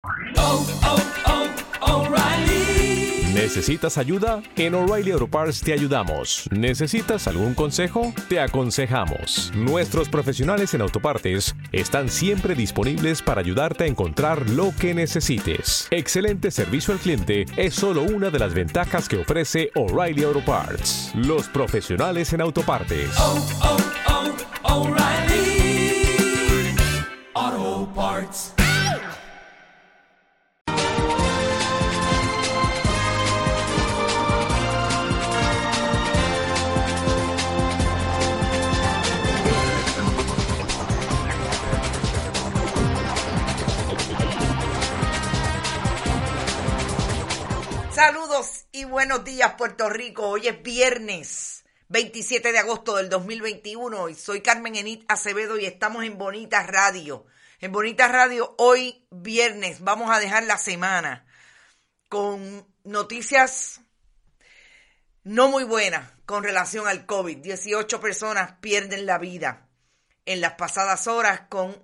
O'Reilly. ¿Necesitas ayuda? En O'Reilly Auto Parts te ayudamos. ¿Necesitas algún consejo? Te aconsejamos. Nuestros profesionales en autopartes están siempre disponibles para ayudarte a encontrar lo que necesites. Excelente servicio al cliente es solo una de las ventajas que ofrece O'Reilly Auto Parts. Los profesionales en autopartes. O'Reilly Auto Parts. Saludos y buenos días, Puerto Rico. Hoy es viernes 27 de agosto del 2021 y soy Carmen Enit Acevedo y estamos en Bonita Radio. En Bonita Radio hoy viernes vamos a dejar la semana con noticias no muy buenas con relación al COVID. 18 personas pierden la vida en las pasadas horas con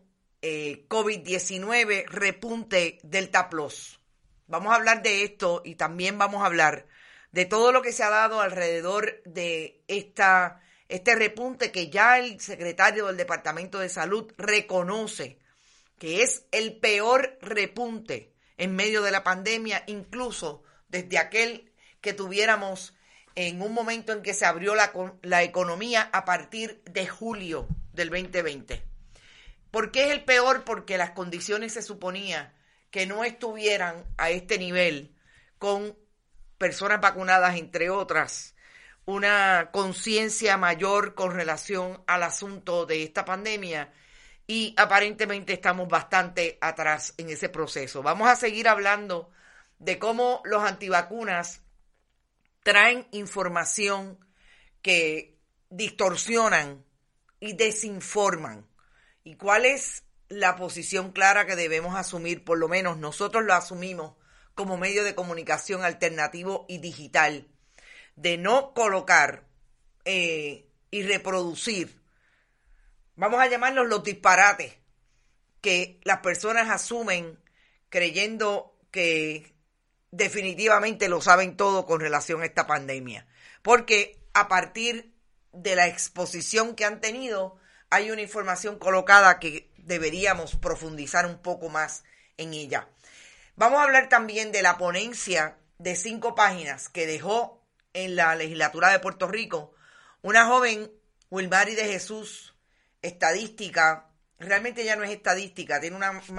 COVID-19 repunte Delta Plus. Vamos a hablar de esto y también vamos a hablar de todo lo que se ha dado alrededor de este repunte que ya el secretario del Departamento de Salud reconoce que es el peor repunte en medio de la pandemia, incluso desde aquel que tuviéramos en un momento en que se abrió la economía a partir de julio del 2020. ¿Por qué es el peor? Porque las condiciones se suponía que no estuvieran a este nivel con personas vacunadas, entre otras, una conciencia mayor con relación al asunto de esta pandemia y aparentemente estamos bastante atrás en ese proceso. Vamos a seguir hablando de cómo los antivacunas traen información que distorsionan y desinforman y cuál es la posición clara que debemos asumir, por lo menos nosotros lo asumimos como medio de comunicación alternativo y digital, de no colocar y reproducir, vamos a llamarlos los disparates que las personas asumen creyendo que definitivamente lo saben todo con relación a esta pandemia. Porque a partir de la exposición que han tenido, hay una información colocada que deberíamos profundizar un poco más en ella. Vamos a hablar también de la ponencia de 5 páginas que dejó en la legislatura de Puerto Rico una joven, Wilmary de Jesús, estadística, realmente ya no es estadística, tiene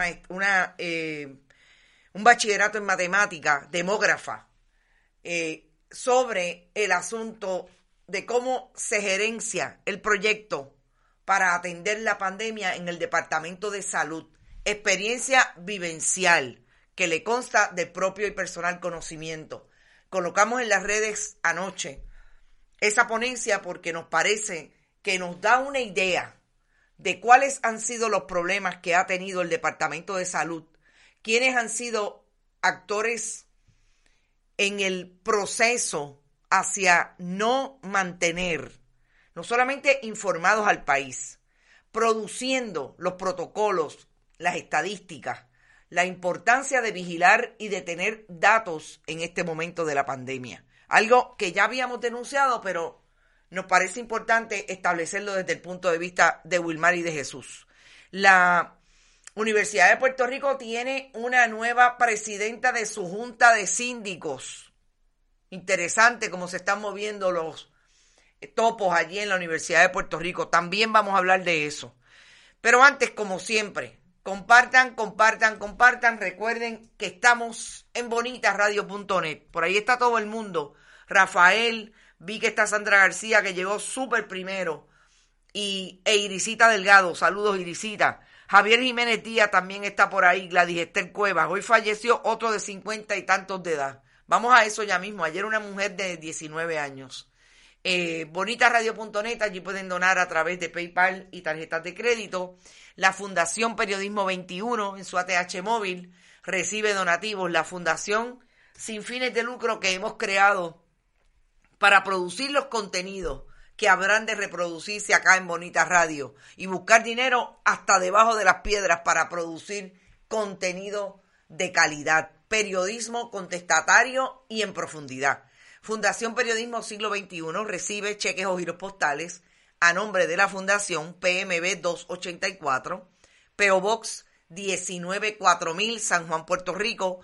un bachillerato en matemática, demógrafa, sobre el asunto de cómo se gerencia el proyecto para atender la pandemia en el Departamento de Salud. Experiencia vivencial que le consta de propio y personal conocimiento. Colocamos en las redes anoche esa ponencia porque nos parece que nos da una idea de cuáles han sido los problemas que ha tenido el Departamento de Salud, quiénes han sido actores en el proceso hacia no mantener no solamente informados al país, produciendo los protocolos, las estadísticas, la importancia de vigilar y de tener datos en este momento de la pandemia. Algo que ya habíamos denunciado, pero nos parece importante establecerlo desde el punto de vista de Wilmary de Jesús. La Universidad de Puerto Rico tiene una nueva presidenta de su junta de síndicos. Interesante cómo se están moviendo los topos allí en la Universidad de Puerto Rico. También vamos a hablar de eso. Pero antes, como siempre, compartan. Recuerden que estamos en bonitasradio.net. Por ahí está todo el mundo. Rafael, vi que está Sandra García, que llegó súper primero. E Irisita Delgado. Saludos, Irisita. Javier Jiménez Díaz también está por ahí. Gladys Esther Cuevas. Hoy falleció otro de 50 y tantos de edad. Vamos a eso ya mismo. Ayer una mujer de 19 años. Bonitasradio.net, allí pueden donar a través de PayPal y tarjetas de crédito. La Fundación Periodismo 21 en su ATH móvil recibe donativos. La fundación sin fines de lucro que hemos creado para producir los contenidos que habrán de reproducirse acá en Bonita Radio y buscar dinero hasta debajo de las piedras para producir contenido de calidad, periodismo contestatario y en profundidad. Fundación Periodismo Siglo XXI recibe cheques o giros postales a nombre de la Fundación PMB 284, P.O. Box 19-4000, San Juan, Puerto Rico,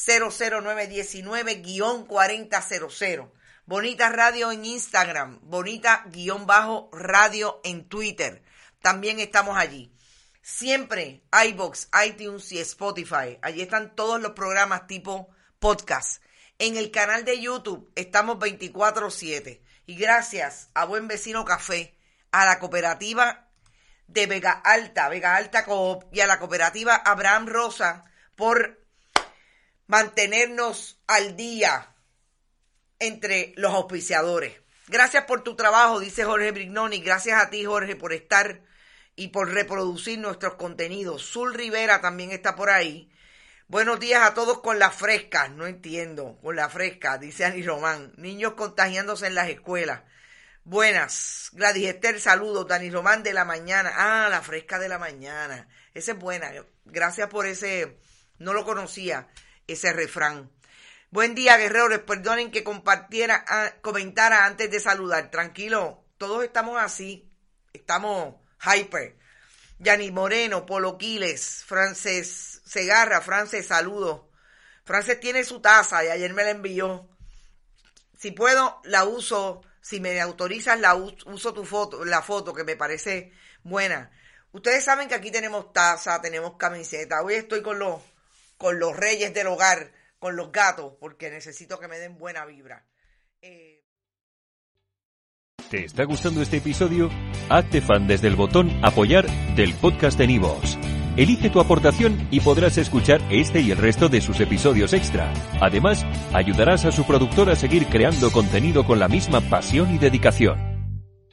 00919-4000. Bonita Radio en Instagram, bonita_radio en Twitter. También estamos allí. Siempre iVoox, iTunes y Spotify. Allí están todos los programas tipo podcast. En el canal de YouTube estamos 24/7. Y gracias a Buen Vecino Café, a la cooperativa de Vega Alta Coop y a la cooperativa Abraham Rosa por mantenernos al día entre los auspiciadores. Gracias por tu trabajo, dice Jorge Brignoni. Gracias a ti, Jorge, por estar y por reproducir nuestros contenidos. Zul Rivera también está por ahí. Buenos días a todos con la fresca. No entiendo, con la fresca, dice Ani Román. Niños contagiándose en las escuelas. Buenas. Gladys Esther, saludos. Dani Román de la mañana. Ah, la fresca de la mañana. Esa es buena. Gracias por ese, no lo conocía, ese refrán. Buen día, guerreros. Perdonen que comentara antes de saludar. Tranquilo, todos estamos así. Estamos hyper. Yani Moreno, Polo Quiles, Frances Segarra. Frances, saludos. Frances tiene su taza y ayer me la envió. Si puedo, la uso. Si me autorizas, uso tu foto, la foto, que me parece buena. Ustedes saben que aquí tenemos taza, tenemos camiseta. Hoy estoy con los reyes del hogar, con los gatos, porque necesito que me den buena vibra. ¿Te está gustando este episodio? Hazte fan desde el botón Apoyar del podcast de Nivos. Elige tu aportación y podrás escuchar este y el resto de sus episodios extra. Además, ayudarás a su productor a seguir creando contenido con la misma pasión y dedicación.